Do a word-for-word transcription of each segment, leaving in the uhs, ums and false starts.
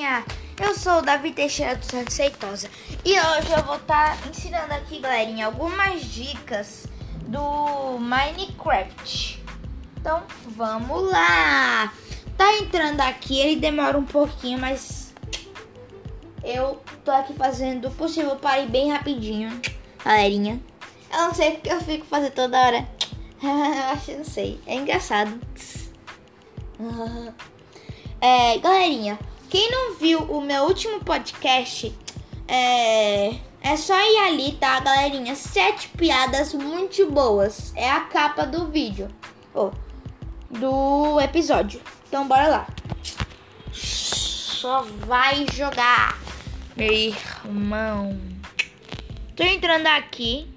galerinha, eu sou o Davi Teixeira do Santos Seitosa e hoje eu vou estar tá ensinando aqui, galerinha, algumas dicas do Minecraft. Então vamos lá. Tá entrando aqui, ele demora um pouquinho, mas eu tô aqui fazendo o possível para ir bem rapidinho, galerinha. Eu não sei porque eu fico fazendo toda hora. Eu acho que não sei, é engraçado. É, galerinha, quem não viu o meu último podcast, é, é só ir ali, tá, galerinha? Sete piadas muito boas. É a capa do vídeo, oh, do episódio. Então bora lá. Só vai jogar, meu irmão. Tô entrando aqui.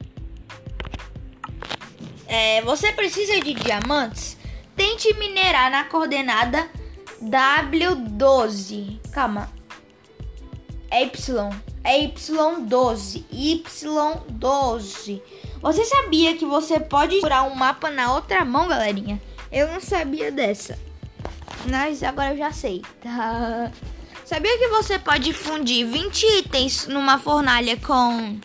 É, você precisa de diamantes? Tente minerar na coordenada W doze. Calma. É Y. É Y doze. Y doze. Você sabia que você pode segurar um mapa na outra mão, galerinha? Eu não sabia dessa. Mas agora eu já sei. Tá? Sabia que você pode fundir vinte itens numa fornalha com...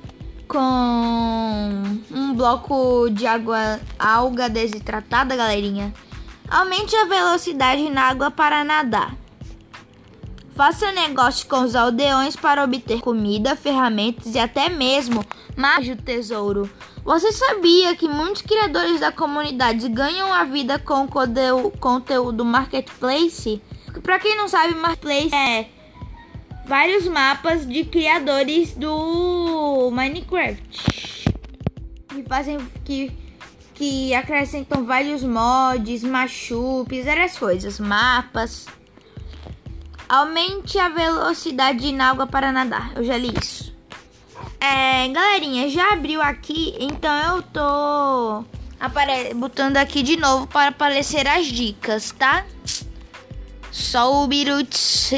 com um bloco de água, alga desidratada, galerinha? Aumente a velocidade na água para nadar. Faça negócio com os aldeões para obter comida, ferramentas e até mesmo mais o tesouro. Você sabia que muitos criadores da comunidade ganham a vida com o conteúdo Marketplace? Para quem não sabe, Marketplace é vários mapas de criadores do Minecraft que fazem que, que acrescentam vários mods, mashups, várias coisas, mapas. Aumente a velocidade na água para nadar. Eu já li isso. É, galerinha, já abriu aqui, então eu tô apare- botando aqui de novo para aparecer as dicas, tá? Só o biruti.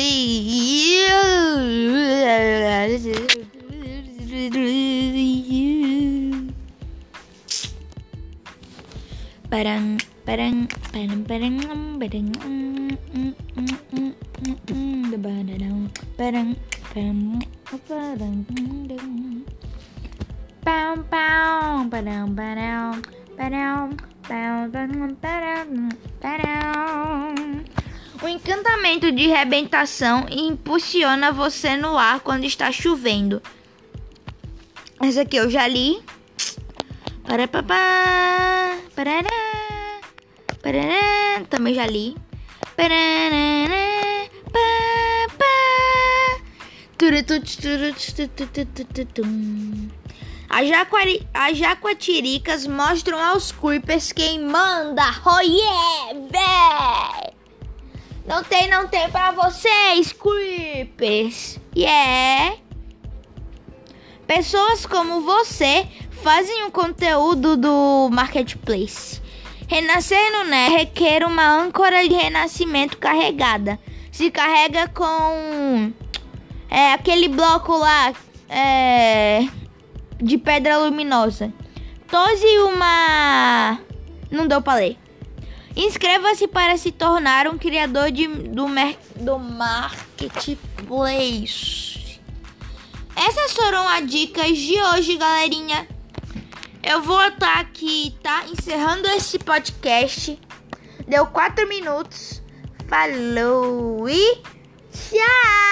Param, param, param, param, param, param, param, pão, pão, parão, parão, parão, pão, parão, parão, parão. O encantamento de rebentação impulsiona você no ar quando está chovendo. Essa aqui eu já li. Parapapá, parará, parará, também já li. Parará, papá, As, jacuari, as jacuatiricas mostram aos creepers quem manda. Oh yeah, véi! Não tem, não tem pra vocês, creepers. Yeah. Pessoas como você fazem o conteúdo do Marketplace. Renascer no Nether requer uma âncora de renascimento carregada. Se carrega com é, aquele bloco lá é, de pedra luminosa. Tose uma... Não deu pra ler. Inscreva-se para se tornar um criador de, do, mer, do Marketplace. Essas foram as dicas de hoje, galerinha. Eu vou estar aqui, tá? Encerrando esse podcast. Deu quatro minutos. Falou e tchau!